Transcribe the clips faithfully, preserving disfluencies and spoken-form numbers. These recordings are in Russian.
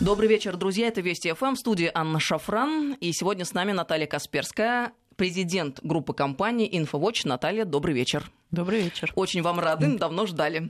Добрый вечер, друзья. Это Вести ФМ, в студии Анна Шафран. И сегодня с нами Наталья Касперская, президент группы компаний «Инфовотч». Наталья, добрый вечер. Добрый вечер. Очень вам рады, давно ждали.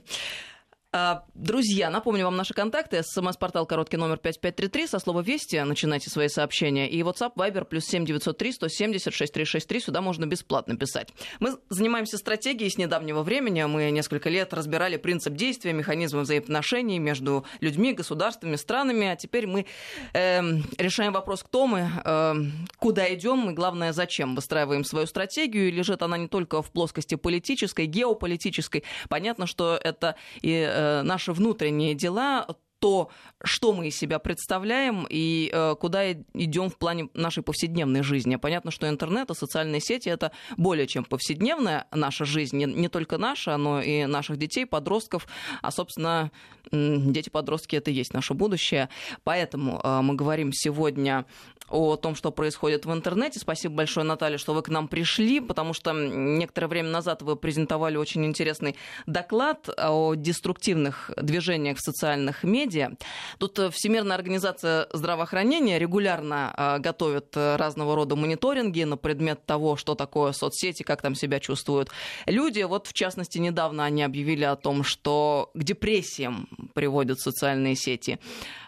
Друзья, напомню вам наши контакты. СМС-портал короткий номер пять пять три три. Со слова «Вести» начинайте свои сообщения. И WhatsApp, Viber, плюс семь девятьсот три сто семьдесят шесть триста шестьдесят три. Сюда можно бесплатно писать. Мы занимаемся стратегией с недавнего времени. Мы несколько лет разбирали принцип действия, механизмы взаимоотношений между людьми, государствами, странами. А теперь мы э, решаем вопрос, кто мы, э, куда идем и, главное, зачем выстраиваем свою стратегию. И лежит она не только в плоскости политической, геополитической. Понятно, что это и наши внутренние дела, то, что мы из себя представляем и э, куда идем в плане нашей повседневной жизни. Понятно, что интернет и социальные сети — это более чем повседневная наша жизнь, не, не только наша, но и наших детей, подростков, а, собственно, дети-подростки — это и есть наше будущее. Поэтому э, мы говорим сегодня о том, что происходит в интернете. Спасибо большое, Наталья, что вы к нам пришли, потому что некоторое время назад вы презентовали очень интересный доклад о деструктивных движениях в социальных медиа. Тут Всемирная организация здравоохранения регулярно э, готовит разного рода мониторинги на предмет того, что такое соцсети, как там себя чувствуют люди. Вот, в частности, недавно они объявили о том, что к депрессиям приводят социальные сети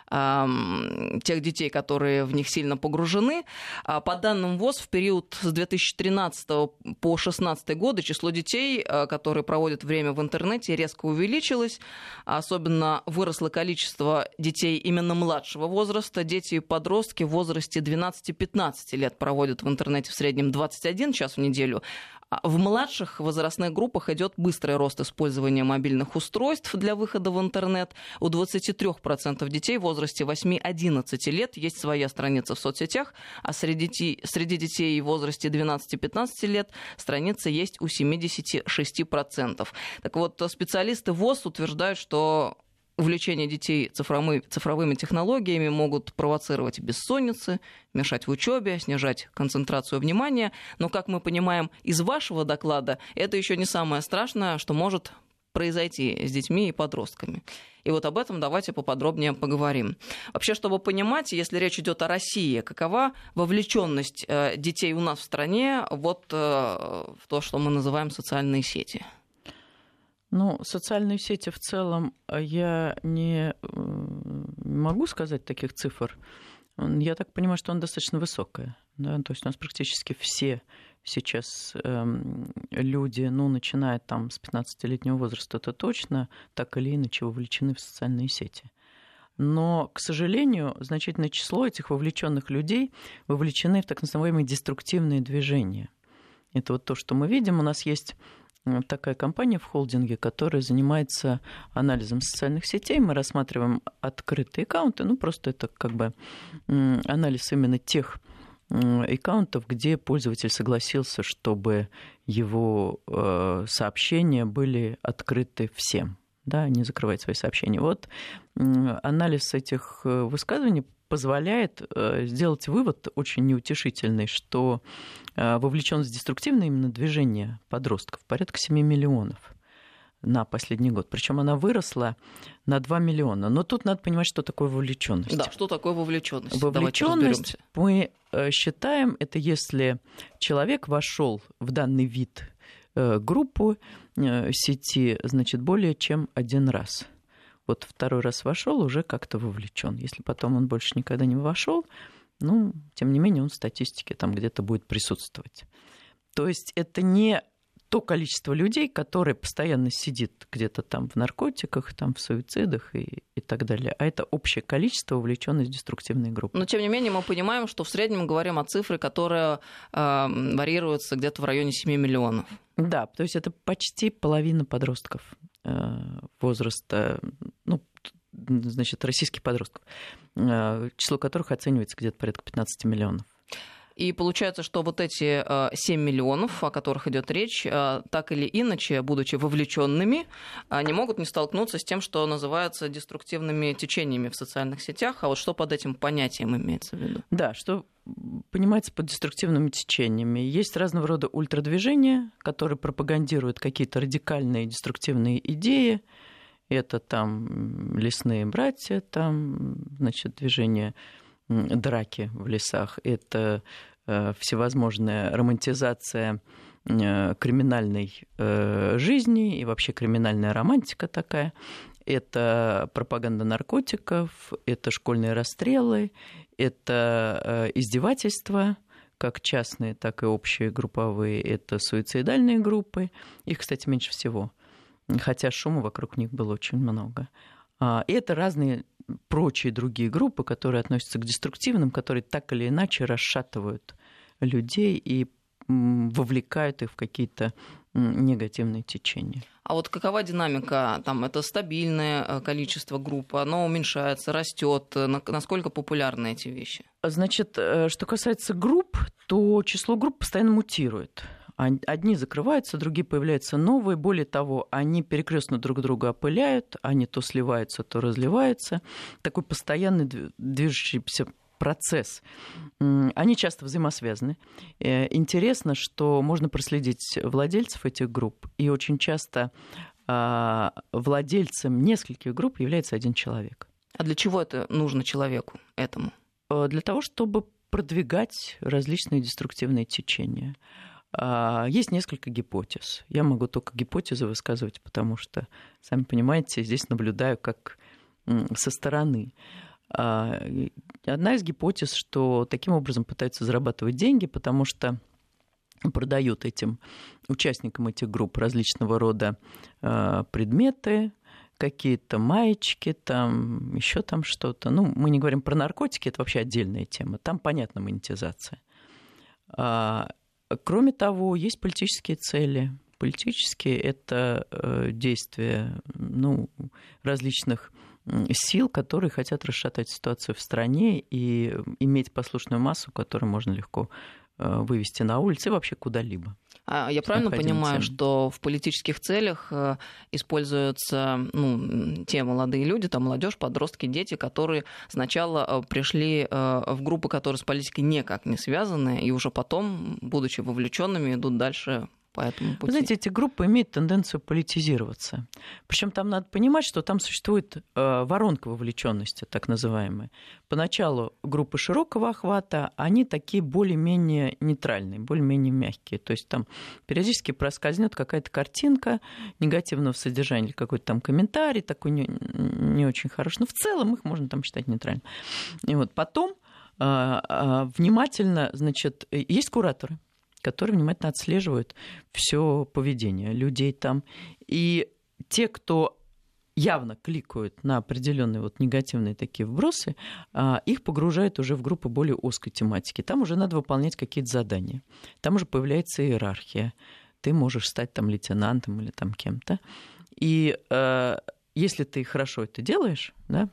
тех детей, которые в них сильно погружены. По данным ВОЗ, в период с две тысячи тринадцатого по две тысячи шестнадцатый годы число детей, которые проводят время в интернете, резко увеличилось. Особенно выросло количество детей именно младшего возраста. Дети и подростки в возрасте двенадцати-пятнадцати лет проводят в интернете в среднем двадцать один час в неделю. В младших возрастных группах идет быстрый рост использования мобильных устройств для выхода в интернет. У двадцати трёх процентов детей в возрасте восьми-одиннадцати лет есть своя страница в соцсетях, а среди, среди детей в возрасте двенадцати-пятнадцати лет страница есть у семидесяти шести процентов. Так вот, специалисты ВОЗ утверждают, что увлечение детей цифровыми, цифровыми технологиями могут провоцировать бессонницы, мешать в учебе, снижать концентрацию внимания. Но, как мы понимаем из вашего доклада, это еще не самое страшное, что может произойти с детьми и подростками. И вот об этом давайте поподробнее поговорим. Вообще, чтобы понимать, если речь идет о России, какова вовлеченность детей у нас в стране вот в то, что мы называем социальные сети? Ну, социальные сети в целом я не могу сказать таких цифр. Я так понимаю, что она достаточно высокая. Да? То есть у нас практически все сейчас эм, люди, ну, начиная там с пятнадцатилетнего возраста, это точно, так или иначе вовлечены в социальные сети. Но, к сожалению, значительное число этих вовлеченных людей вовлечены в так называемые деструктивные движения. Это вот то, что мы видим. У нас есть такая компания в холдинге, которая занимается анализом социальных сетей. Мы рассматриваем открытые аккаунты. Ну, просто это как бы анализ именно тех аккаунтов, где пользователь согласился, чтобы его сообщения были открыты всем. Да, не закрывать свои сообщения. Вот анализ этих высказываний позволяет сделать вывод очень неутешительный, что вовлеченность в деструктивное именно движение подростков порядка семи миллионов на последний год. Причем она выросла на два миллиона. Но тут надо понимать, что такое вовлеченность. Да, что такое вовлеченность? Вовлеченность, мы считаем, это если человек вошел в данный вид группу сети, значит, более чем один раз. Вот второй раз вошел, уже как-то вовлечен. Если потом он больше никогда не вошел, ну, тем не менее, он в статистике там где-то будет присутствовать. То есть это не то количество людей, которое постоянно сидит где-то там в наркотиках, там в суицидах и, и так далее, а это общее количество вовлеченных в деструктивные группы. Но, тем не менее, мы понимаем, что в среднем мы говорим о цифре, которая э, варьируется где-то в районе семи миллионов. Да, то есть это почти половина подростков э, возраста, ну, значит, российских подростков, э, число которых оценивается где-то порядка пятнадцати миллионов. И получается, что вот эти семь миллионов, о которых идет речь, так или иначе, будучи вовлеченными, не могут не столкнуться с тем, что называется деструктивными течениями в социальных сетях. А вот что под этим понятием имеется в виду? Да, что понимается под деструктивными течениями. Есть разного рода ультрадвижения, которые пропагандируют какие-то радикальные деструктивные идеи. Это там лесные братья, там, значит, движение драки в лесах, это всевозможная романтизация криминальной жизни и вообще криминальная романтика такая. Это пропаганда наркотиков, это школьные расстрелы, это издевательства, как частные, так и общие групповые, это суицидальные группы. Их, кстати, меньше всего, хотя шума вокруг них было очень много. И это разные прочие другие группы, которые относятся к деструктивным, которые так или иначе расшатывают людей и вовлекают их в какие-то негативные течения. А вот какова динамика? Там это стабильное количество групп, оно уменьшается, растет. Насколько популярны эти вещи? Значит, что касается групп, то число групп постоянно мутирует. Одни закрываются, другие появляются новые. Более того, они перекрестно друг друга опыляют, они то сливаются, то разливаются. Такой постоянный движущийся процесс. Они часто взаимосвязаны. Интересно, что можно проследить владельцев этих групп, и очень часто владельцем нескольких групп является один человек. А для чего это нужно человеку этому? Для того, чтобы продвигать различные деструктивные течения. Есть несколько гипотез. Я могу только гипотезы высказывать, потому что, сами понимаете, здесь наблюдаю как со стороны. Одна из гипотез, что таким образом пытаются зарабатывать деньги, потому что продают этим участникам этих групп различного рода предметы, какие-то маечки, там еще там что-то. Ну, мы не говорим про наркотики, это вообще отдельная тема. Там понятна монетизация. Кроме того, есть политические цели. Политические – это действия, ну, различных сил, которые хотят расшатать ситуацию в стране и иметь послушную массу, которую можно легко вывести на улицы и вообще куда-либо. А я правильно понимаю, что в политических целях используются, ну, те молодые люди, там молодежь, подростки, дети, которые сначала пришли в группы, которые с политикой никак не связаны, и уже потом, будучи вовлеченными, идут дальше по этому пути? Вы знаете, эти группы имеют тенденцию политизироваться. Причем там надо понимать, что там существует воронка вовлеченности, так называемая. Поначалу группы широкого охвата, они такие более-менее нейтральные, более-менее мягкие. То есть там периодически проскользнет какая-то картинка негативного содержания или какой-то там комментарий такой не, не очень хороший. Но в целом их можно там считать нейтральными. И вот потом внимательно, значит, есть кураторы, которые внимательно отслеживают все поведение людей там. И те, кто явно кликают на определенные вот негативные такие вбросы, их погружают уже в группы более узкой тематики. Там уже надо выполнять какие-то задания. Там уже появляется иерархия. Ты можешь стать там лейтенантом или там кем-то. И э, если ты хорошо это делаешь, да,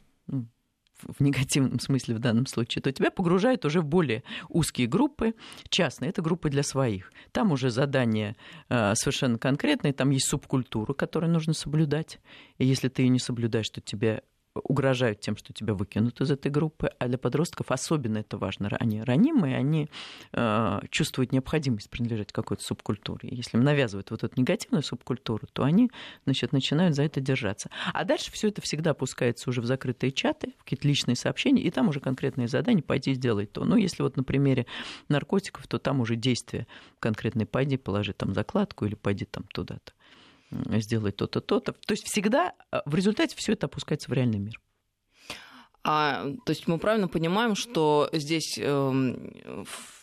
в негативном смысле в данном случае, то тебя погружают уже в более узкие группы, частные, это группы для своих. Там уже задания совершенно конкретные, там есть субкультура, которую нужно соблюдать, и если ты ее не соблюдаешь, то тебе угрожают тем, что тебя выкинут из этой группы, а для подростков особенно это важно. Они ранимые, они э, чувствуют необходимость принадлежать какой-то субкультуре. Если им навязывают вот эту негативную субкультуру, то они, значит, начинают за это держаться. А дальше все это всегда опускается уже в закрытые чаты, в какие-то личные сообщения, и там уже конкретные задания, пойди сделай то. Ну, если вот на примере наркотиков, то там уже действия конкретные, пойди положи там закладку или пойди там туда-то, сделай то-то, то-то. То есть всегда в результате все это опускается в реальный мир. А, то есть мы правильно понимаем, что здесь э, в,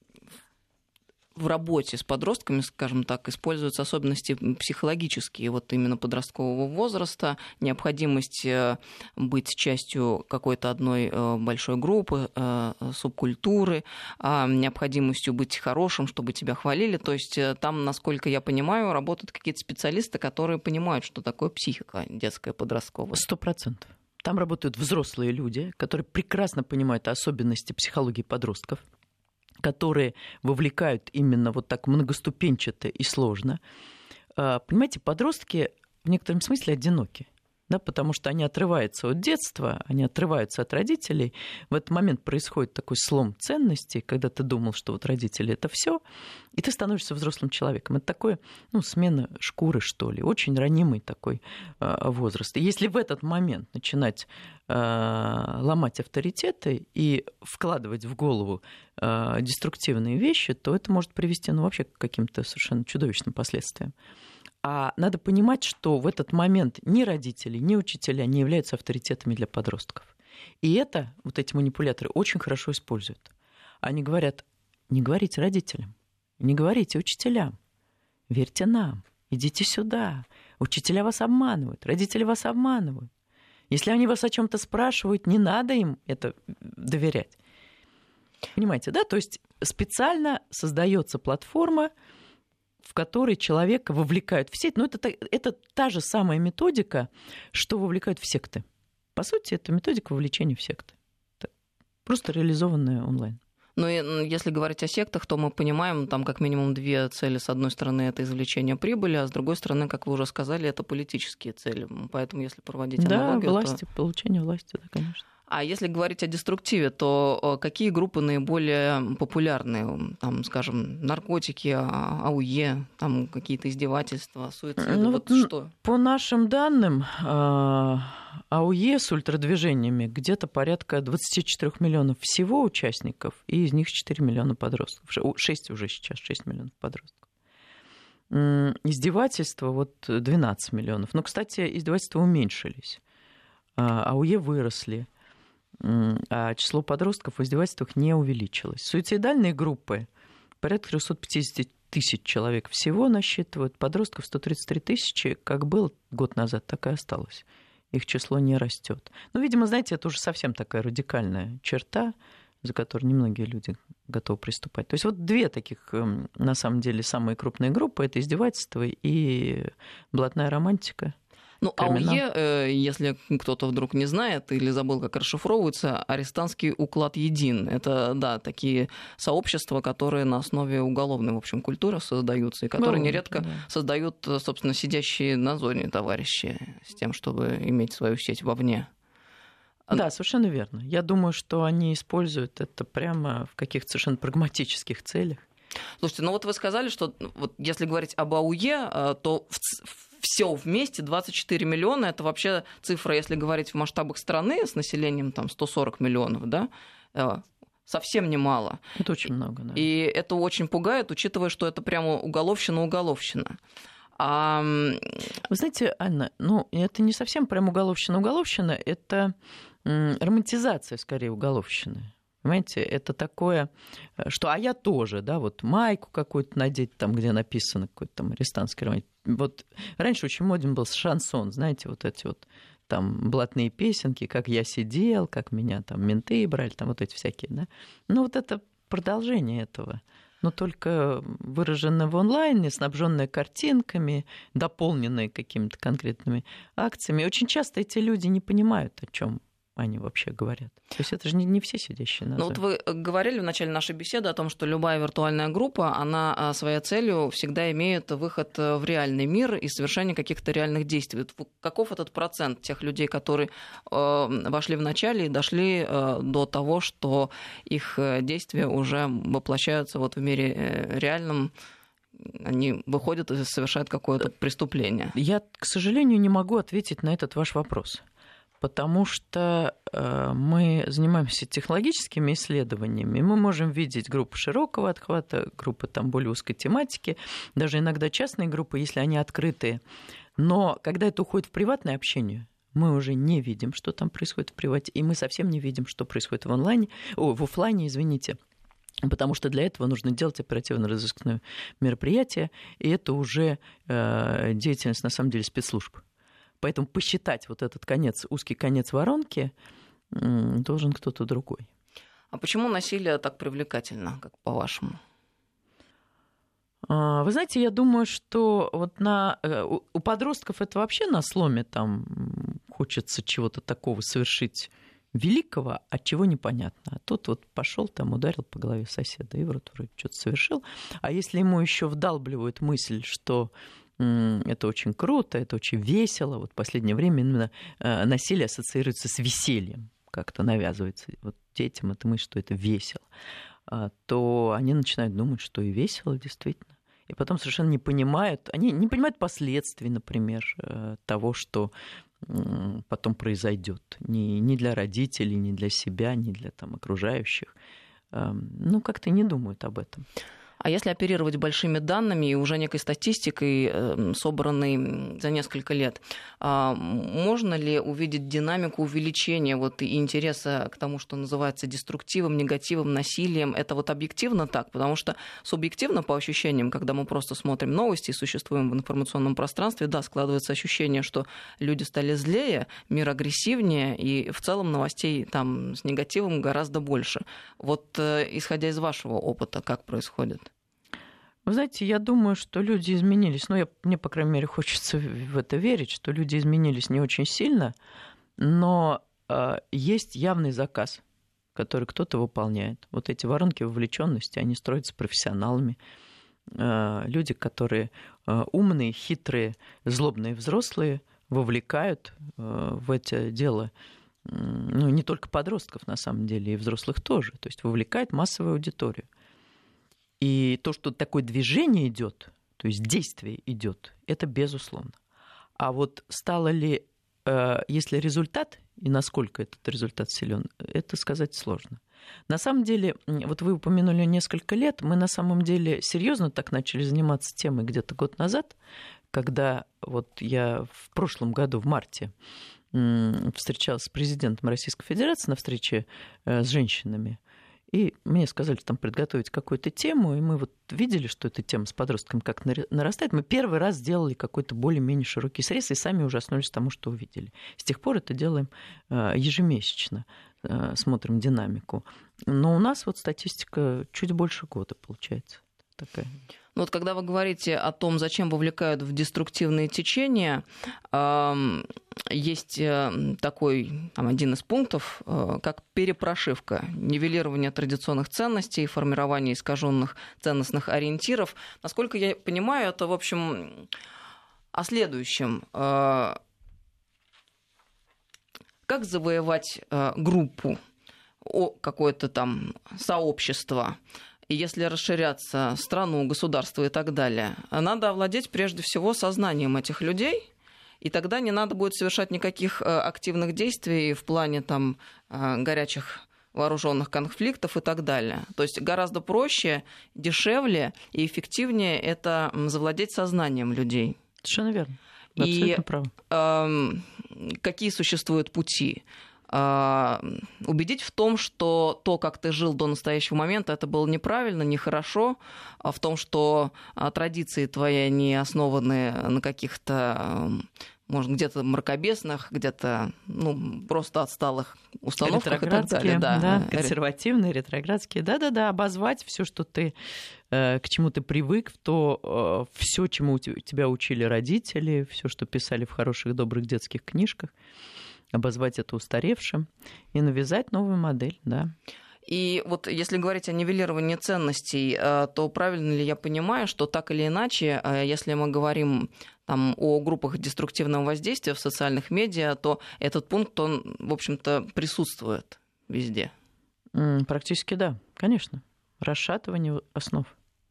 в работе с подростками, скажем так, используются особенности психологические, вот именно подросткового возраста, необходимость быть частью какой-то одной большой группы, субкультуры, необходимостью быть хорошим, чтобы тебя хвалили. То есть там, насколько я понимаю, работают какие-то специалисты, которые понимают, что такое психика детская, подростковая. Сто процентов. Там работают взрослые люди, которые прекрасно понимают особенности психологии подростков, которые вовлекают именно вот так многоступенчато и сложно. Понимаете, подростки в некотором смысле одиноки. Да, потому что они отрываются от детства, они отрываются от родителей. В этот момент происходит такой слом ценностей, когда ты думал, что вот родители — это все, и ты становишься взрослым человеком. Это такое, ну, смена шкуры, что ли, очень ранимый такой э, возраст. И если в этот момент начинать э, ломать авторитеты и вкладывать в голову э, деструктивные вещи, то это может привести, ну, вообще к каким-то совершенно чудовищным последствиям. А надо понимать, что в этот момент ни родители, ни учителя не являются авторитетами для подростков. И это вот эти манипуляторы очень хорошо используют. Они говорят: не говорите родителям, не говорите учителям, верьте нам, идите сюда. Учителя вас обманывают, родители вас обманывают. Если они вас о чем-то спрашивают, не надо им это доверять. Понимаете, да? То есть специально создается платформа, в которой человека вовлекают в сеть. Но это, это та же самая методика, что вовлекают в секты. По сути, это методика вовлечения в секты. Это просто реализованная онлайн. Но если говорить о сектах, то мы понимаем, там как минимум две цели. С одной стороны, это извлечение прибыли, а с другой стороны, как вы уже сказали, это политические цели. Поэтому, если проводить аналогию... Да, власти, то... получение власти, да, конечно. А если говорить о деструктиве, то какие группы наиболее популярные? Там, скажем, наркотики, АУЕ, там какие-то издевательства, суициды, ну, вот вот что? По нашим данным, АУЕ с ультрадвижениями где-то порядка двадцать четыре миллионов всего участников, и из них четыре миллиона подростков. шесть уже сейчас, шесть миллионов подростков. Издевательства вот двенадцать миллионов. Но, кстати, издевательства уменьшились. АУЕ выросли. А число подростков в издевательствах не увеличилось. Суицидальные группы порядка триста пятьдесят тысяч человек всего насчитывают, подростков сто тридцать три тысячи, как было год назад, так и осталось. Их число не растет. Ну, видимо, знаете, это уже совсем такая радикальная черта, за которой немногие люди готовы приступать. То есть вот две таких, на самом деле, самые крупные группы — это издевательство и блатная романтика. Ну, АУЕ, если кто-то вдруг не знает или забыл, как расшифровывается, арестантский уклад един. Это, да, такие сообщества, которые на основе уголовной, в общем, культуры создаются, и которые ну, нередко да. создают, собственно, сидящие на зоне товарищи с тем, чтобы иметь свою сеть вовне. Да, совершенно верно. Я думаю, что они используют это прямо в каких-то совершенно прагматических целях. Слушайте, ну вот вы сказали, что вот если говорить об АУЕ, то в все вместе двадцать четыре миллиона, это вообще цифра, если говорить в масштабах страны с населением там сто сорок миллионов, да, совсем немало. Это очень много, да. И это очень пугает, учитывая, что это прямо уголовщина-уголовщина. А... Вы знаете, Анна, ну это не совсем прям уголовщина-уголовщина, это романтизация, скорее, уголовщины. Понимаете, это такое, что а я тоже, да, вот майку какую-то надеть, там, где написано какой-то там арестантский роман. Вот раньше очень моден был шансон, знаете, вот эти вот там блатные песенки, как я сидел, как меня там менты брали, там вот эти всякие, да. Ну вот это продолжение этого, но только выраженное в онлайне, снабженное картинками, дополненное какими-то конкретными акциями. Очень часто эти люди не понимают, о чем они вообще говорят. То есть это же не, не все сидящие на зоне. Ну вот вы говорили в начале нашей беседы о том, что любая виртуальная группа, она своей целью всегда имеет выход в реальный мир и совершение каких-то реальных действий. Каков этот процент тех людей, которые э, вошли в начале и дошли э, до того, что их действия уже воплощаются вот в мире э, реальном, они выходят и совершают какое-то преступление? Я, к сожалению, не могу ответить на этот ваш вопрос. Потому что э, мы занимаемся технологическими исследованиями, и мы можем видеть группы широкого отхвата, группы там более узкой тематики, даже иногда частные группы, если они открытые. Но когда это уходит в приватное общение, мы уже не видим, что там происходит в привате, и мы совсем не видим, что происходит в онлайне, о, в офлайне, извините. Потому что для этого нужно делать оперативно-розыскное мероприятие, и это уже э, деятельность, на самом деле, спецслужб. Поэтому посчитать вот этот конец, узкий конец воронки должен кто-то другой. А почему насилие так привлекательно, как по-вашему? Вы знаете, я думаю, что вот на, у подростков это вообще на сломе, там хочется чего-то такого совершить великого, от чего непонятно. А тут вот пошел там, ударил по голове соседа и вроде вроде что-то совершил. А если ему еще вдалбливают мысль, что это очень круто, это очень весело. Вот в последнее время именно насилие ассоциируется с весельем, как-то навязывается вот детям эта мысль, что это весело, то они начинают думать, что и весело действительно. И потом совершенно не понимают, они не понимают последствий, например, того, что потом произойдет. Ни, ни для родителей, ни для себя, ни для там, окружающих. Ну, как-то не думают об этом. А если оперировать большими данными и уже некой статистикой, собранной за несколько лет, можно ли увидеть динамику увеличения вот интереса к тому, что называется деструктивом, негативом, насилием? Это вот объективно так? Потому что субъективно, по ощущениям, когда мы просто смотрим новости и существуем в информационном пространстве, да, складывается ощущение, что люди стали злее, мир агрессивнее, и в целом новостей там с негативом гораздо больше. Вот исходя из вашего опыта, как происходит? Вы знаете, я думаю, что люди изменились. Ну, я, мне, по крайней мере, хочется в это верить, что люди изменились не очень сильно, но э, есть явный заказ, который кто-то выполняет. Вот эти воронки вовлеченности, они строятся профессионалами. Э, люди, которые э, умные, хитрые, злобные взрослые, вовлекают э, в это дело, э, ну, не только подростков, на самом деле, и взрослых тоже. То есть вовлекают массовую аудиторию. И то, что такое движение идет, то есть действие идет, это безусловно. А вот стало ли, если результат, и насколько этот результат силен, это сказать сложно. На самом деле, вот вы упомянули несколько лет, мы на самом деле серьезно так начали заниматься темой где-то год назад, когда вот я в прошлом году, в марте, встречалась с президентом Российской Федерации на встрече с женщинами. И мне сказали там подготовить какую-то тему, и мы вот видели, что эта тема с подростками как нарастает. Мы первый раз сделали какой-то более-менее широкий срез и сами ужаснулись тому, что увидели. С тех пор это делаем ежемесячно, смотрим динамику. Но у нас вот статистика чуть больше года получается такая. Ну вот когда вы говорите о том, зачем вовлекают в деструктивные течения, есть такой там, один из пунктов, как перепрошивка, нивелирование традиционных ценностей, формирование искаженных ценностных ориентиров. Насколько я понимаю, это, в общем, о следующем. Как завоевать группу, какое-то там сообщество, и если расширяться страну, государство и так далее, надо овладеть прежде всего сознанием этих людей, и тогда не надо будет совершать никаких активных действий в плане там, горячих вооруженных конфликтов и так далее. То есть гораздо проще, дешевле и эффективнее это завладеть сознанием людей. Совершенно верно. Вы абсолютно правы. И э, какие существуют пути? Убедить в том, что то, как ты жил до настоящего момента, это было неправильно, нехорошо, в том, что традиции твои не основаны на каких-то, может, где-то мракобесных, где-то ну, просто отсталых установках и так далее. Да, да, консервативные, ретроградские. Да-да-да, обозвать все, что ты, к чему ты привык, то все, чему тебя учили родители, все, что писали в хороших, добрых детских книжках, обозвать это устаревшим и навязать новую модель, да. И вот если говорить о нивелировании ценностей, то правильно ли я понимаю, что так или иначе, если мы говорим там, о группах деструктивного воздействия в социальных медиа, то этот пункт, он, в общем-то, присутствует везде? Практически да, конечно. Расшатывание основ.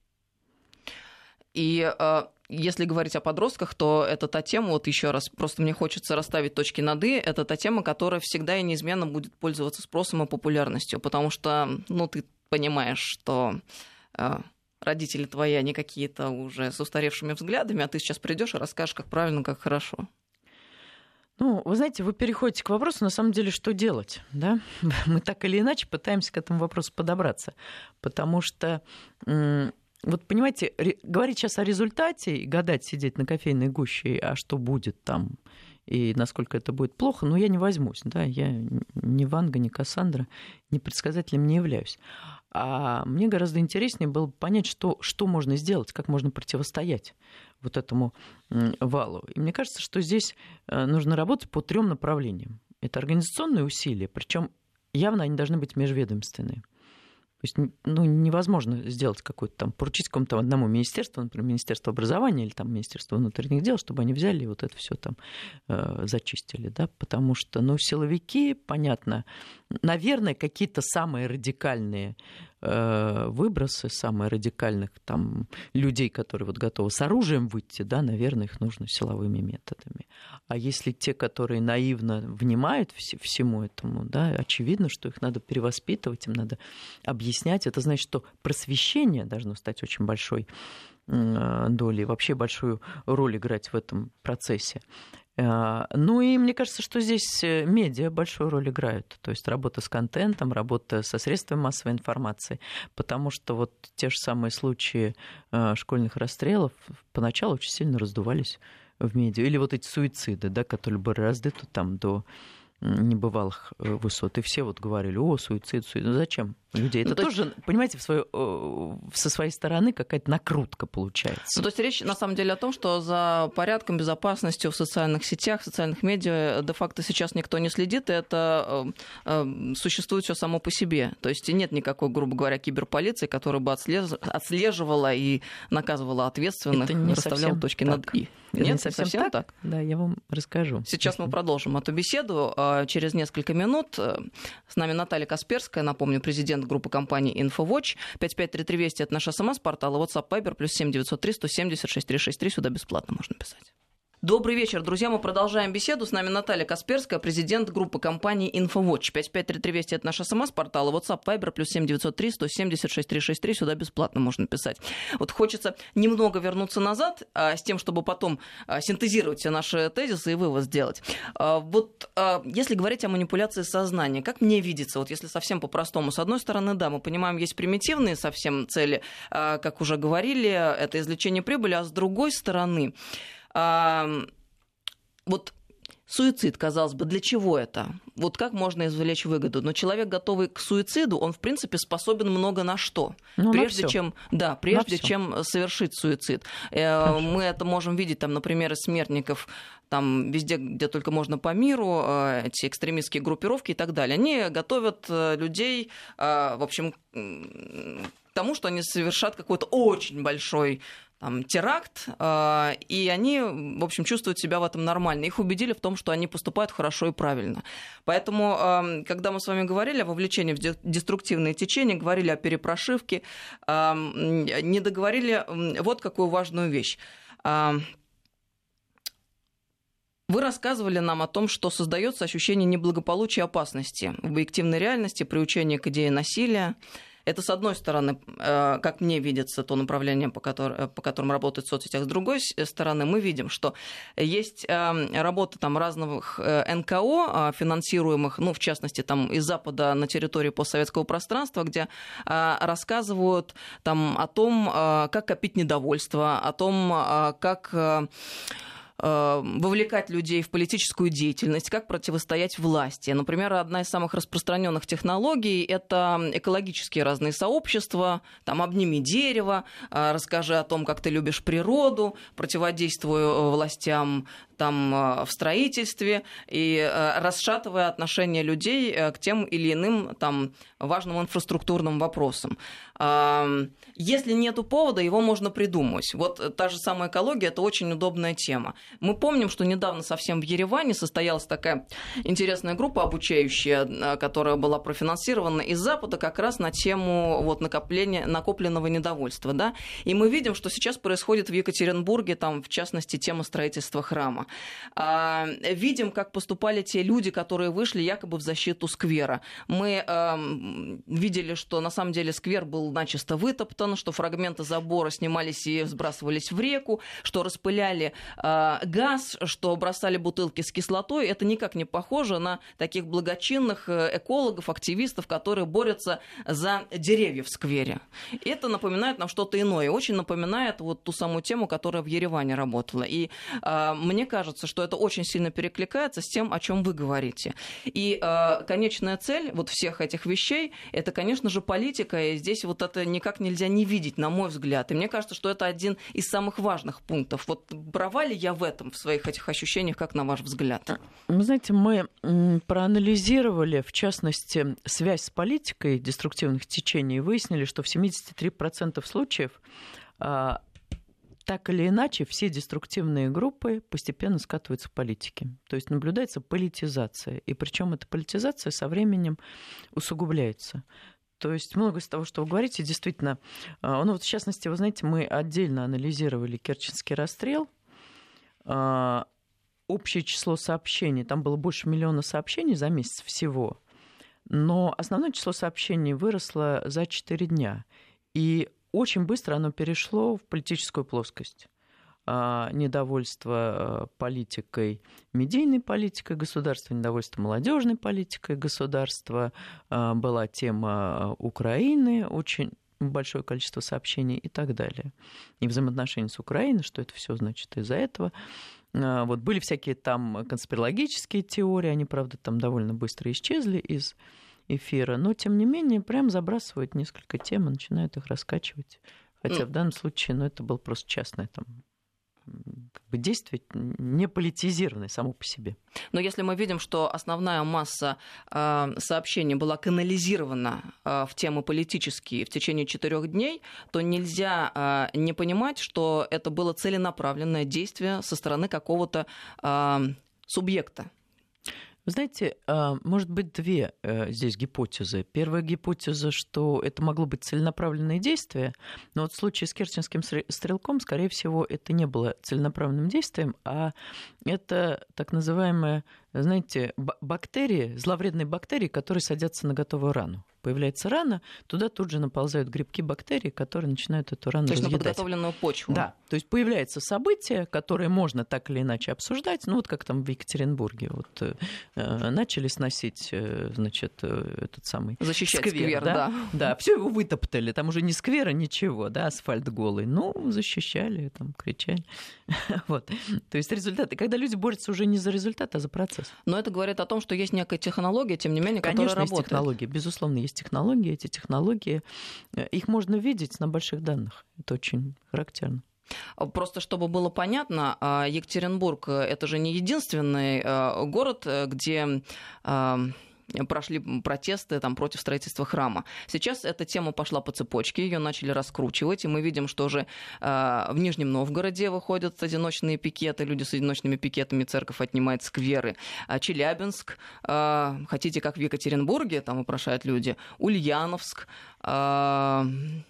И если говорить о подростках, то это та тема, вот еще раз, просто мне хочется расставить точки над «и», это та тема, которая всегда и неизменно будет пользоваться спросом и популярностью, потому что, ну, ты понимаешь, что э, родители твои, они какие-то уже с устаревшими взглядами, а ты сейчас придешь и расскажешь, как правильно, как хорошо. Ну, вы знаете, вы переходите к вопросу, на самом деле, что делать, да? Мы так или иначе пытаемся к этому вопросу подобраться, потому что... М- Вот понимаете, говорить сейчас о результате и гадать, сидеть на кофейной гуще, а что будет там и насколько это будет плохо, ну, я не возьмусь. Да? Я ни Ванга, ни Кассандра, ни предсказателем не являюсь. А мне гораздо интереснее было понять, что, что можно сделать, как можно противостоять вот этому валу. И мне кажется, что здесь нужно работать по трем направлениям. Это организационные усилия, причем явно они должны быть межведомственные. есть, ну, невозможно сделать какой-то там, поручить какому-то одному министерству, например, Министерство образования или там Министерство внутренних дел, чтобы они взяли и вот это все там э, зачистили, да, потому что, ну, силовики, понятно, наверное, какие-то самые радикальные э, выбросы, самые радикальных там людей, которые вот готовы с оружием выйти, да, наверное, их нужно силовыми методами. А если те, которые наивно внимают вс- всему этому, да, очевидно, что их надо перевоспитывать, им надо объяснять. Объяснять. Это значит, что просвещение должно стать очень большой долей, вообще большую роль играть в этом процессе. Ну и мне кажется, что здесь медиа большую роль играют. То есть работа с контентом, работа со средствами массовой информации. Потому что вот те же самые случаи школьных расстрелов поначалу очень сильно раздувались в медиа. Или вот эти суициды, да, которые были раздыты там до небывалых высот. И все вот говорили: о, суицид, суицид. Ну зачем людей? Это ну, тоже, есть... понимаете, в свою, со своей стороны какая-то накрутка получается. Ну, то есть речь на самом деле о том, что за порядком, безопасностью в социальных сетях, в социальных медиа де-факто сейчас никто не следит, и это э, э, существует все само по себе. То есть нет никакой, грубо говоря, киберполиции, которая бы отслеж... отслеживала и наказывала ответственных, расставляла точки так. над «и». Это Нет, не совсем, совсем так? так? Да, я вам расскажу. Сейчас мы продолжим эту беседу. Через несколько минут с нами Наталья Касперская, напомню, президент группы компаний InfoWatch. пять пять три три Вести — это наш СМС-портал, и WhatsApp Viber плюс семь девятьсот три сто семьдесят шесть триста шестьдесят три. Сюда бесплатно можно писать. Добрый вечер, друзья. Мы продолжаем беседу. С нами Наталья Касперская, президент группы компаний InfoWatch. пять пять три три Вести — это наш СМС-портал, и WhatsApp Viber плюс семь девятьсот три сто семьдесят шесть триста шестьдесят три. Сюда бесплатно можно писать. Вот хочется немного вернуться назад а, с тем, чтобы потом а, синтезировать все наши тезисы и вывод сделать. А, вот а, если говорить о манипуляции сознания, как мне видится, вот если совсем по-простому, с одной стороны, да, мы понимаем, есть примитивные совсем цели, а, как уже говорили, это извлечение прибыли, а с другой стороны, А, вот суицид, казалось бы, для чего это? Вот как можно извлечь выгоду? Но человек, готовый к суициду, он, в принципе, способен много на что. Ну, прежде на чем, да, прежде чем совершить суицид. Хорошо. Мы это можем видеть, там, например, из смертников, там, везде, где только можно по миру, эти экстремистские группировки и так далее. Они готовят людей, в общем, к тому, что они совершат какой-то очень большой там, теракт, э, и они, в общем, чувствуют себя в этом нормально. Их убедили в том, что они поступают хорошо и правильно. Поэтому, э, когда мы с вами говорили о вовлечении в деструктивные течения, говорили о перепрошивке, э, не договорили вот какую важную вещь. Э, Вы рассказывали нам о том, что создается ощущение неблагополучия и опасности в объективной реальности, приучение к идее насилия. Это, с одной стороны, как мне видится, то направление, по, которому, по которому работают в соцсетях. С другой стороны, мы видим, что есть работа там, разных эн ка о, финансируемых, ну, в частности, там, из Запада на территории постсоветского пространства, где рассказывают там, о том, как копить недовольство, о том, как вовлекать людей в политическую деятельность, как противостоять власти. Например, одна из самых распространенных технологий — это экологические разные сообщества, там «обними дерево», расскажи о том, как ты любишь природу, противодействуй властям там, в строительстве и расшатывая отношение людей к тем или иным там, важным инфраструктурным вопросам. Если нету повода, его можно придумать. Вот та же самая экология — это очень удобная тема. Мы помним, что недавно совсем в Ереване состоялась такая интересная группа обучающая, которая была профинансирована из Запада как раз на тему вот, накопления, накопленного недовольства. Да? И мы видим, что сейчас происходит в Екатеринбурге, там, в частности, тема строительства храма. Видим, как поступали те люди, которые вышли якобы в защиту сквера. Мы видели, что на самом деле сквер был начисто вытоптан, что фрагменты забора снимались и сбрасывались в реку, что распыляли газ, что бросали бутылки с кислотой. Это никак не похоже на таких благочинных экологов, активистов, которые борются за деревья в сквере. Это напоминает нам что-то иное. Очень напоминает вот ту самую тему, которая в Ереване работала. И мне кажется, кажется, что это очень сильно перекликается с тем, о чем вы говорите. И э, конечная цель вот всех этих вещей – это, конечно же, политика, и здесь вот это никак нельзя не видеть, на мой взгляд. И мне кажется, что это один из самых важных пунктов. Вот права ли я в этом, в своих этих ощущениях, как на ваш взгляд? Вы знаете, мы проанализировали, в частности, связь с политикой деструктивных течений и выяснили, что в семьдесят три процента случаев а, так или иначе все деструктивные группы постепенно скатываются в политике. То есть наблюдается политизация. И причем эта политизация со временем усугубляется. То есть многое из того, что вы говорите, действительно... Ну вот в частности, вы знаете, мы отдельно анализировали Керченский расстрел. Общее число сообщений, там было больше миллиона сообщений за месяц всего. Но основное число сообщений выросло за четыре дня. И очень быстро оно перешло в политическую плоскость. Недовольство политикой, медийной политикой государства, недовольство молодежной политикой государства. Была тема Украины, очень большое количество сообщений и так далее. И взаимоотношения с Украиной, что это все значит из-за этого. Вот были всякие там конспирологические теории, они, правда, там довольно быстро исчезли из эфира, но, тем не менее, прям забрасывают несколько тем и начинают их раскачивать. Хотя в данном случае, ну, это было просто частное там как бы действие, не политизированное само по себе. Но если мы видим, что основная масса э, сообщений была канализирована э, в темы политические в течение четырех дней, то нельзя э, не понимать, что это было целенаправленное действие со стороны какого-то э, субъекта. Вы знаете, может быть, две здесь гипотезы. Первая гипотеза, что это могло быть целенаправленное действие, но вот в случае с керченским стрелком, скорее всего, это не было целенаправленным действием, а это так называемые, знаете, бактерии, зловредные бактерии, которые садятся на готовую рану. Появляется рана, туда тут же наползают грибки бактерий, которые начинают эту рану разъедать. То есть на подготовленную почву. Да, то есть появляется событие, которое можно так или иначе обсуждать, ну вот как там в Екатеринбурге, вот э, начали сносить, э, значит, э, этот самый защищать сквер, сквер, да, да. Да, все его вытоптали, там уже ни сквера, ничего, да, асфальт голый, ну защищали, там кричали, вот. То есть результаты, когда люди борются уже не за результат, а за процесс. Но это говорит о том, что есть некая технология, тем не менее, Конечно, которая есть работает. Технология, безусловно, есть технологии, эти технологии, их можно видеть на больших данных. Это очень характерно. Просто чтобы было понятно, Екатеринбург – это же не единственный город, где прошли протесты там, против строительства храма. Сейчас эта тема пошла по цепочке, ее начали раскручивать, и мы видим, что уже э, в Нижнем Новгороде выходят одиночные пикеты, люди с одиночными пикетами, церковь отнимает скверы. А Челябинск, э, хотите, как в Екатеринбурге, там вопрошают люди, Ульяновск, э,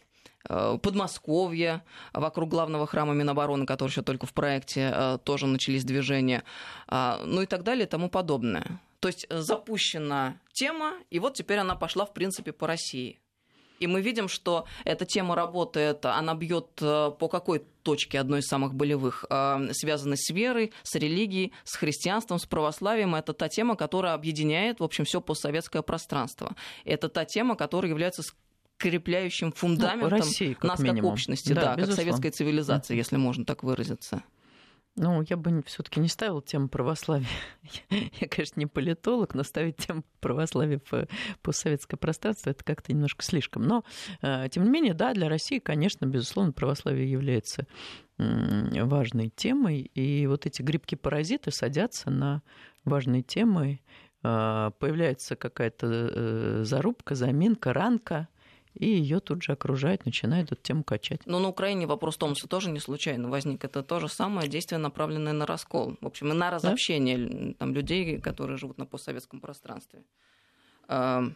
Подмосковье, вокруг главного храма Минобороны, который еще только в проекте, тоже начались движения, ну и так далее и тому подобное. То есть запущена тема, и вот теперь она пошла, в принципе, по России. И мы видим, что эта тема работает, она бьет по какой точке, одной из самых болевых, связанной с верой, с религией, с христианством, с православием. Это та тема, которая объединяет, в общем, все постсоветское пространство. Это та тема, которая является скрепляющим фундаментом ну, России, как нас минимум. Как общности, да, да как советской цивилизации, mm-hmm. если можно так выразиться. Ну, я бы все-таки не ставила тему православия. Я, конечно, не политолог, но ставить тему православия в постсоветское пространство это как-то немножко слишком. Но, тем не менее, да, для России, конечно, безусловно, православие является важной темой. И вот эти грибки-паразиты садятся на важные темы. Появляется какая-то зарубка, заминка, ранка. И ее тут же окружают, начинают эту тему качать. Но на Украине вопрос Томаса тоже не случайно возник. Это то же самое действие, направленное на раскол. В общем, и на разобщение да? там, людей, которые живут на постсоветском пространстве. Мы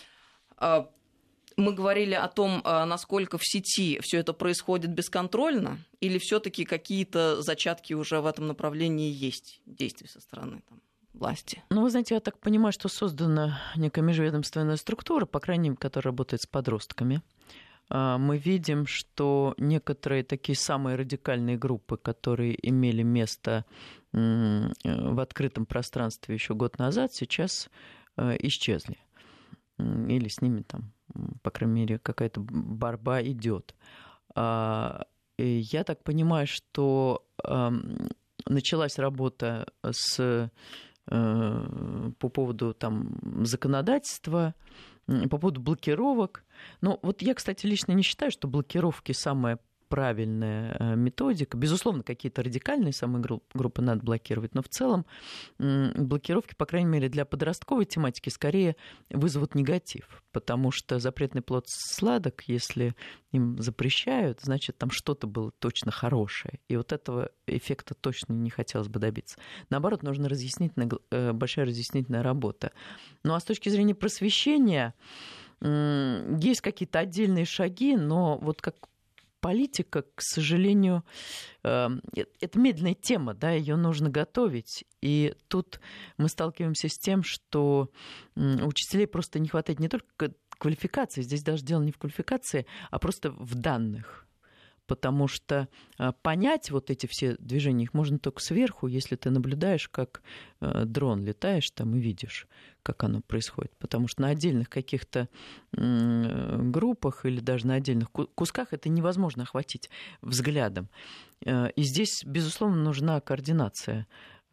говорили о том, насколько в сети все это происходит бесконтрольно, или все-таки какие-то зачатки уже в этом направлении есть, действий со стороны там, власти? Ну, вы знаете, я так понимаю, что создана некая межведомственная структура, по крайней мере, которая работает с подростками. Мы видим, что некоторые такие самые радикальные группы, которые имели место в открытом пространстве еще год назад, сейчас исчезли. Или с ними там, по крайней мере, какая-то борьба идет. Я так понимаю, что началась работа с, по поводу там, законодательства, по поводу блокировок. Но вот я, кстати, лично не считаю, что блокировки самая правильная методика. Безусловно, какие-то радикальные самые группы надо блокировать, но в целом блокировки, по крайней мере, для подростковой тематики скорее вызовут негатив, потому что запретный плод сладок, если им запрещают, значит, там что-то было точно хорошее. И вот этого эффекта точно не хотелось бы добиться. Наоборот, нужна разъяснительная, большая разъяснительная работа. Ну а с точки зрения просвещения есть какие-то отдельные шаги, но вот как политика, к сожалению, это медленная тема, да, ее нужно готовить. И тут мы сталкиваемся с тем, что учителей просто не хватает не только квалификации, здесь даже дело не в квалификации, а просто в данных. Потому что понять вот эти все движения, их можно только сверху, если ты наблюдаешь, как дрон летаешь там и видишь, как оно происходит. Потому что на отдельных каких-то группах или даже на отдельных кусках это невозможно охватить взглядом. И здесь, безусловно, нужна координация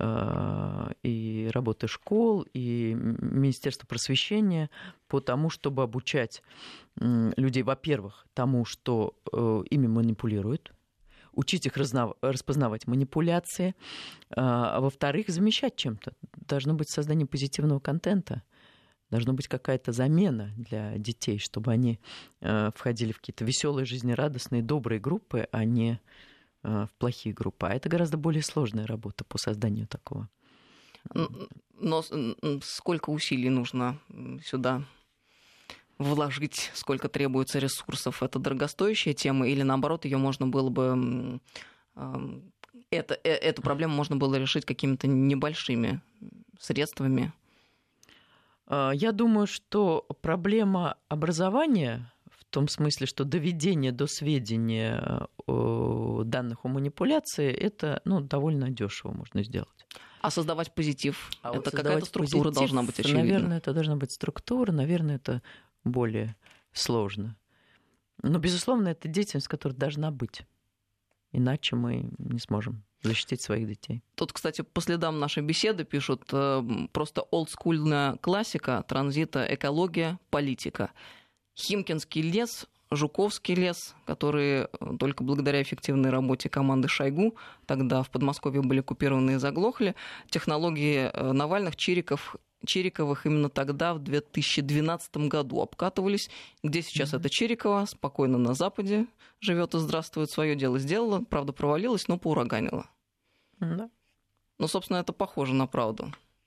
и работы школ, и Министерства просвещения по тому, чтобы обучать людей, во-первых, тому, что ими манипулируют, учить их распознавать манипуляции, а во-вторых, замещать чем-то. Должно быть создание позитивного контента, должна быть какая-то замена для детей, чтобы они входили в какие-то веселые, жизнерадостные, добрые группы, а не в плохие группы. А это гораздо более сложная работа по созданию такого. Но сколько усилий нужно сюда вложить, сколько требуется ресурсов? Это дорогостоящая тема или, наоборот, ее можно было бы... Это, эту проблему можно было решить какими-то небольшими средствами? Я думаю, что проблема образования... В том смысле, что доведение до сведения данных о манипуляции, это ну, довольно дешево можно сделать. А создавать позитив? А это вот какая-то структура позитив, должна быть очевидна? Наверное, это должна быть структура, наверное, это более сложно. Но, безусловно, это деятельность, которая должна быть. Иначе мы не сможем защитить своих детей. Тут, кстати, по следам нашей беседы пишут просто олдскульная классика транзита, экология, политика. Химкинский лес, Жуковский лес, которые только благодаря эффективной работе команды Шойгу тогда в Подмосковье были оккупированы и заглохли. Технологии Навальных, Чириков, Чириковых именно тогда, в две тысячи двенадцатом году, обкатывались. Где сейчас mm-hmm. это Чирикова? Спокойно на Западе живет и здравствует, свое дело сделала. Правда, провалилась, но поураганила. Mm-hmm. Ну, собственно, это похоже на правду.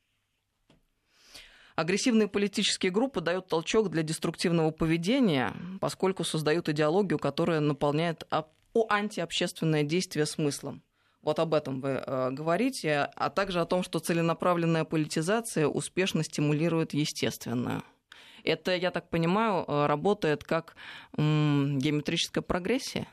Агрессивные политические группы дают толчок для деструктивного поведения, поскольку создают идеологию, которая наполняет антиобщественное действие смыслом. Вот об этом вы э, говорите, а также о том, что целенаправленная политизация успешно стимулирует естественную. Это, я так понимаю, работает как м, геометрическая прогрессия?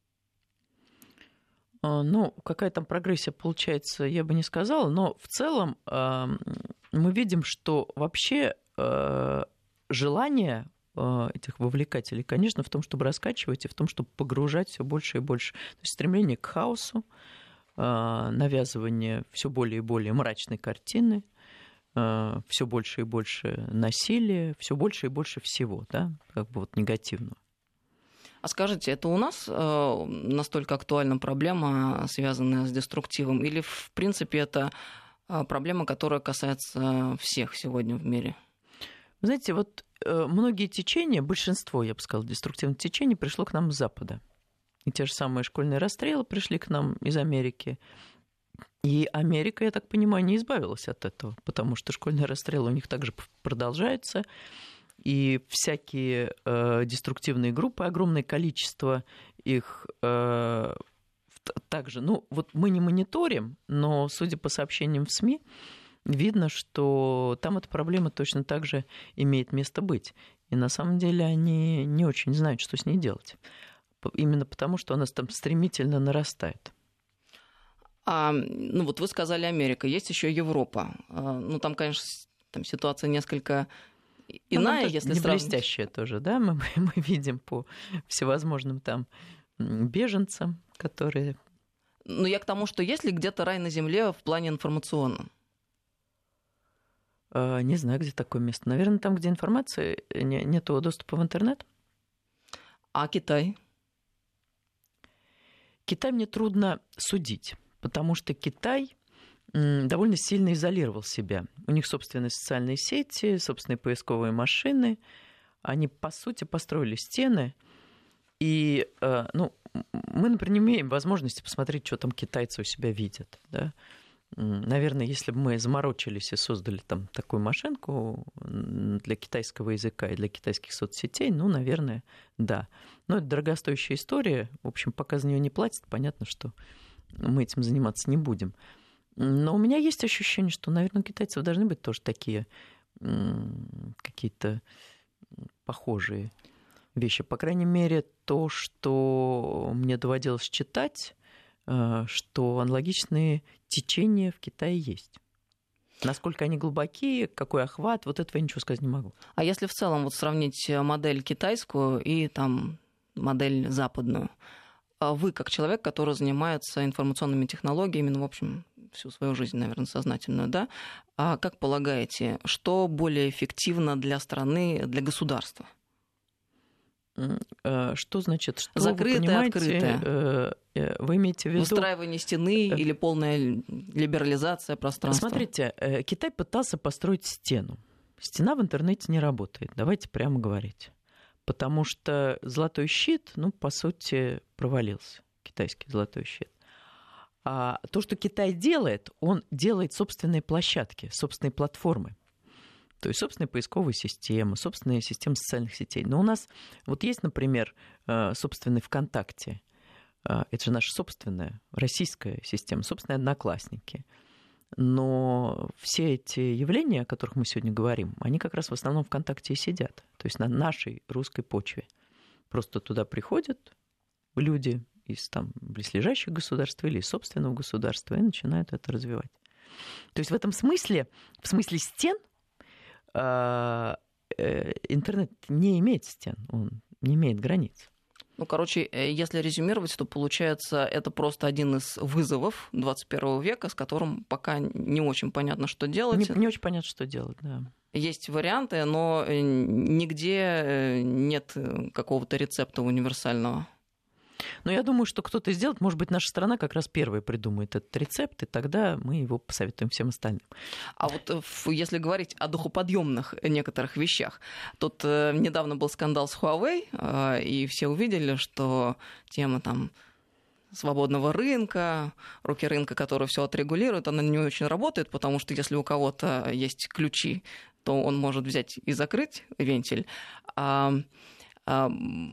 Ну, какая там прогрессия получается, я бы не сказала, но в целом э, мы видим, что вообще э, желание э, этих вовлекателей, конечно, в том, чтобы раскачивать, и в том, чтобы погружать все больше и больше. То есть стремление к хаосу, э, навязывание все более и более мрачной картины, э, все больше и больше насилия, все больше и больше всего, да, как бы вот негативного. А скажите, это у нас э, настолько актуальна проблема, связанная с деструктивом, или, в принципе, это э, проблема, которая касается всех сегодня в мире? Знаете, вот э, многие течения, большинство, я бы сказала, деструктивных течений пришло к нам с Запада. И те же самые школьные расстрелы пришли к нам из Америки. И Америка, я так понимаю, не избавилась от этого, потому что школьные расстрелы у них также продолжаются. И всякие э, деструктивные группы, огромное количество их э, также, ну вот мы не мониторим, но судя по сообщениям в СМИ, видно, что там эта проблема точно так же имеет место быть. И на самом деле они не очень знают, что с ней делать. Именно потому, что она там стремительно нарастает. А, ну вот вы сказали Америка, есть еще Европа. А, ну там, конечно, там ситуация несколько... иная, ну, если не сравнивать. Блестящая тоже, да, мы, мы видим по всевозможным там беженцам, которые Но я к тому, что есть ли где-то рай на земле в плане информационном? Не знаю, где такое место. Наверное, там, где информации нет доступа в интернет. А Китай? Китай мне трудно судить, потому что Китай довольно сильно изолировал себя. У них собственные социальные сети, собственные поисковые машины. Они, по сути, построили стены. И ну, мы, например, не имеем возможности посмотреть, что там китайцы у себя видят. Да? Наверное, если бы мы заморочились и создали там такую машинку для китайского языка и для китайских соцсетей, ну, наверное, да. Но это дорогостоящая история. В общем, пока за нее не платят, понятно, что мы этим заниматься не будем. Но у меня есть ощущение, что, наверное, у китайцев должны быть тоже такие какие-то похожие вещи. По крайней мере, то, что мне доводилось читать, что аналогичные течения в Китае есть. Насколько они глубокие, какой охват, вот этого я ничего сказать не могу. А если в целом вот сравнить модель китайскую и там модель западную, вы, как человек, который занимается информационными технологиями, ну, в общем, всю свою жизнь, наверное, сознательную, да, а как полагаете, что более эффективно для страны, для государства? Что значит, что закрытое, вы открытое? Вы имеете в виду... Выстраивание стены или полная либерализация пространства? Смотрите, Китай пытался построить стену. Стена в интернете не работает, давайте прямо говорить. Потому что золотой щит, ну, по сути, провалился. Китайский золотой щит. А то, что Китай делает, он делает собственные площадки, собственные платформы. То есть собственные поисковые системы, собственные системы социальных сетей. Но у нас вот есть, например, собственный ВКонтакте. Это же наша собственная российская система, собственные Одноклассники. Но все эти явления, о которых мы сегодня говорим, они как раз в основном ВКонтакте и сидят. То есть на нашей русской почве. Просто туда приходят люди из там, близлежащих государств или из собственного государства и начинают это развивать. То есть в этом смысле, в смысле стен, интернет не имеет стен, он не имеет границ. Ну, короче, если резюмировать, то получается, это просто один из вызовов двадцать первого века, с которым пока не очень понятно, что делать. Не, не очень понятно, что делать, да. Есть варианты, но нигде нет какого-то рецепта универсального. Но я думаю, что кто-то сделает, может быть, наша страна как раз первая придумает этот рецепт, и тогда мы его посоветуем всем остальным. А вот если говорить о духоподъемных некоторых вещах, тут недавно был скандал с Huawei, и все увидели, что тема там свободного рынка, руки рынка, которые все отрегулируют, она не очень работает, потому что если у кого-то есть ключи, то он может взять и закрыть вентиль. А, а...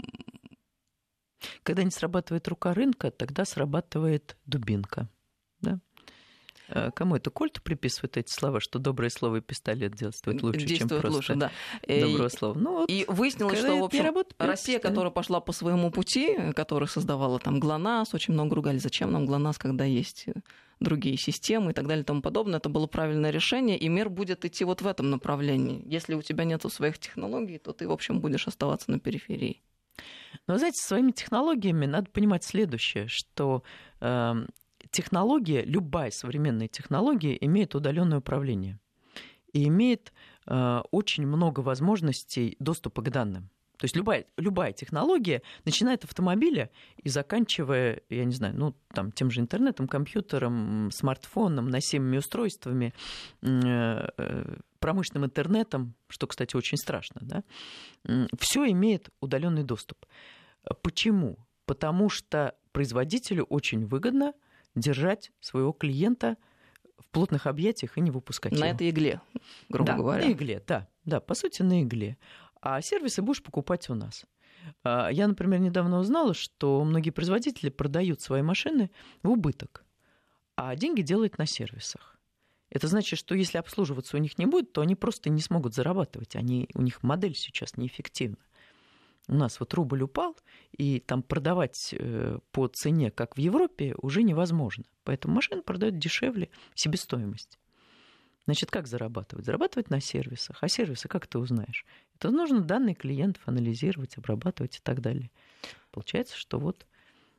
Когда не срабатывает рука рынка, тогда срабатывает дубинка. Да? Кому это Кольту приписывают эти слова, что доброе слово и пистолет действует лучше, действует чем просто лучше, да. доброе слово. Ну, вот, и выяснилось, что, в общем, работает, Россия, которая пошла по своему пути, которая создавала там ГЛОНАСС, очень много ругали, зачем нам ГЛОНАСС, когда есть другие системы и так далее и тому подобное. Это было правильное решение, и мир будет идти вот в этом направлении. Если у тебя нет своих технологий, то ты, в общем, будешь оставаться на периферии. Но, знаете, своими технологиями надо понимать следующее, что э, технология, любая современная технология имеет удаленное управление и имеет э, очень много возможностей доступа к данным. То есть любая, любая технология, начиная от автомобиля и заканчивая, я не знаю, ну, там, тем же интернетом, компьютером, смартфоном, носимыми устройствами, э, э, промышленным интернетом, что, кстати, очень страшно, да, все имеет удаленный доступ. Почему? Потому что производителю очень выгодно держать своего клиента в плотных объятиях и не выпускать на его. На этой игле, грубо да, говоря. На игле, да, да, по сути, на игле. А сервисы будешь покупать у нас. Я, например, недавно узнала, что многие производители продают свои машины в убыток, а деньги делают на сервисах. Это значит, что если обслуживаться у них не будет, то они просто не смогут зарабатывать. Они, у них модель сейчас неэффективна. У нас вот рубль упал, и там продавать по цене, как в Европе, уже невозможно. Поэтому машины продают дешевле, себестоимость. Значит, как зарабатывать? Зарабатывать на сервисах. А сервисы как ты узнаешь? Это нужно данные клиентов анализировать, обрабатывать и так далее. Получается, что вот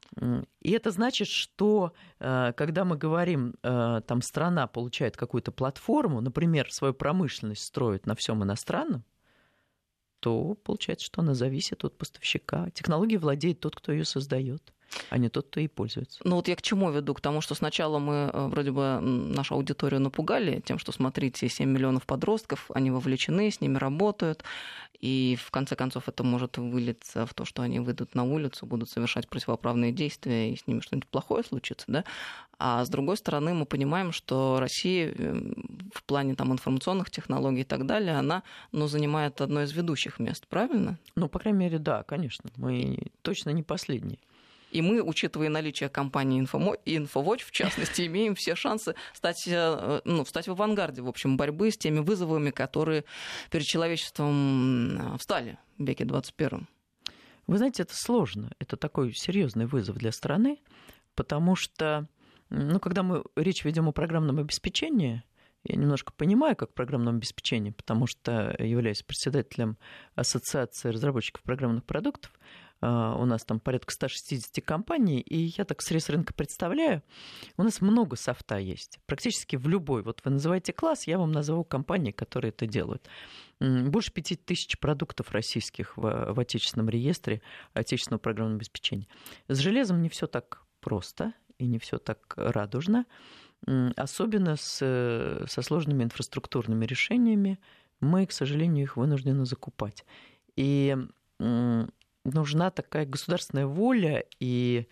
И это значит, что когда мы говорим, там страна получает какую-то платформу, например, свою промышленность строит на всем иностранном, то получается, что она зависит от поставщика. Технологией владеет тот, кто ее создает, а не тот, кто ей пользуется. Ну вот я к чему веду? К тому, что сначала мы вроде бы нашу аудиторию напугали тем, что, смотрите, семь миллионов подростков, они вовлечены, с ними работают, и в конце концов это может вылиться в то, что они выйдут на улицу, будут совершать противоправные действия, и с ними что-нибудь плохое случится, да? А с другой стороны, мы понимаем, что Россия в плане там, информационных технологий и так далее, она ну, занимает одно из ведущих мест, правильно? Ну, по крайней мере, да, конечно. Мы точно не последние. И мы, учитывая наличие компании InfoWatch, в частности, имеем все шансы стать, ну, встать в авангарде, в общем, борьбы с теми вызовами, которые перед человечеством встали в веке двадцать первом. Вы знаете, это сложно. Это такой серьезный вызов для страны, потому что, ну, когда мы речь ведем о программном обеспечении, я немножко понимаю, как программном обеспечении, потому что являюсь председателем Ассоциации разработчиков программных продуктов. У нас там порядка сто шестьдесят компаний, и я так срез рынка представляю. У нас много софта есть. Практически в любой. Вот вы называете класс, я вам назову компании, которые это делают. Больше пяти тысяч продуктов российских в, в отечественном реестре отечественного программного обеспечения. С железом не все так просто и не все так радужно. Особенно с, со сложными инфраструктурными решениями. Мы, к сожалению, их вынуждены закупать. И нужна такая государственная воля и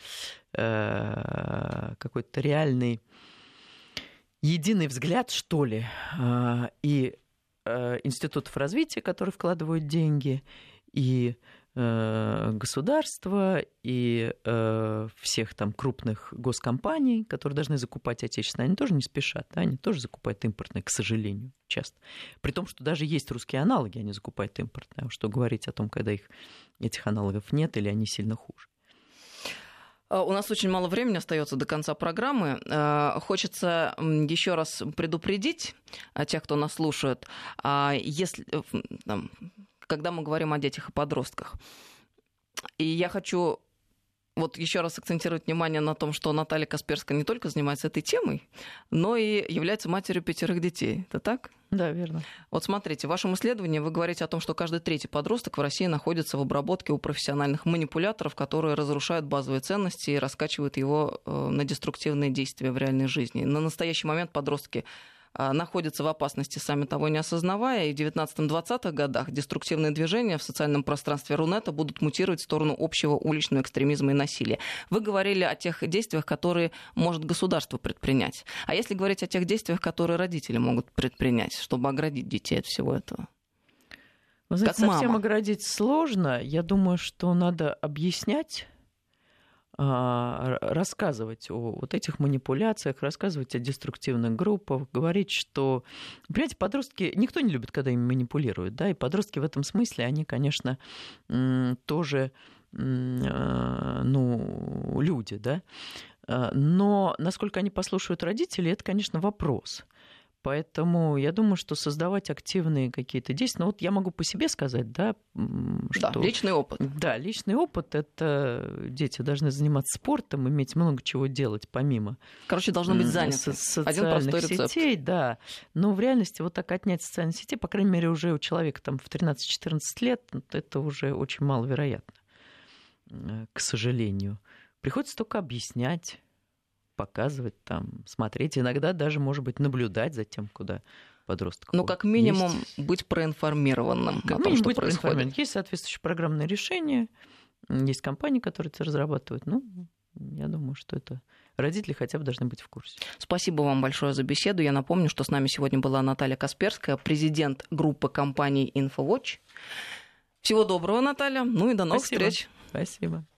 э, какой-то реальный единый взгляд, что ли, э, и э, институтов развития, которые вкладывают деньги, и э, государства, и э, всех там крупных госкомпаний, которые должны закупать отечественные, они тоже не спешат, да? Они тоже закупают импортные, к сожалению, часто. При том, что даже есть русские аналоги, они закупают импортные. Что говорить о том, когда их, этих аналогов нет или они сильно хуже. У нас очень мало времени остается до конца программы. Хочется еще раз предупредить тех, кто нас слушает, если, когда мы говорим о детях и подростках. И я хочу вот еще раз акцентировать внимание на том, что Наталья Касперская не только занимается этой темой, но и является матерью пятерых детей. Это так? Да, верно. Вот смотрите, в вашем исследовании вы говорите о том, что каждый третий подросток в России находится в обработке у профессиональных манипуляторов, которые разрушают базовые ценности и раскачивают его на деструктивные действия в реальной жизни. На настоящий момент подростки находятся в опасности, сами того не осознавая, и в девятнадцатом-двадцатых годах деструктивные движения в социальном пространстве Рунета будут мутировать в сторону общего уличного экстремизма и насилия. Вы говорили о тех действиях, которые может государство предпринять. А если говорить о тех действиях, которые родители могут предпринять, чтобы оградить детей от всего этого? Вы знаете, совсем оградить сложно. Я думаю, что надо объяснять, рассказывать о вот этих манипуляциях, рассказывать о деструктивных группах, говорить, что, понимаете, подростки, никто не любит, когда им манипулируют, да, и подростки в этом смысле, они, конечно, тоже, ну, люди, да, но насколько они послушают родителей, это, конечно, вопрос. Поэтому я думаю, что создавать активные какие-то действия... Ну, вот я могу по себе сказать, да, что... Да, личный опыт. Да, личный опыт — это дети должны заниматься спортом, иметь много чего делать помимо... Короче, должны быть заняты. Со- социальных сетей, да. Но в реальности вот так отнять социальные сети, по крайней мере, уже у человека там в тринадцать-четырнадцать лет, это уже очень маловероятно, к сожалению. Приходится только объяснять, показывать, там, смотреть, иногда даже, может быть, наблюдать за тем, куда подросток Ну, ходит. как минимум, есть... быть проинформированным как о том, что быть происходит. Есть соответствующие программные решения, есть компании, которые это разрабатывают. Ну, я думаю, что это родители хотя бы должны быть в курсе. Спасибо вам большое за беседу. Я напомню, что с нами сегодня была Наталья Касперская, президент группы компаний InfoWatch. Всего доброго, Наталья. Ну и до новых Спасибо. встреч. Спасибо.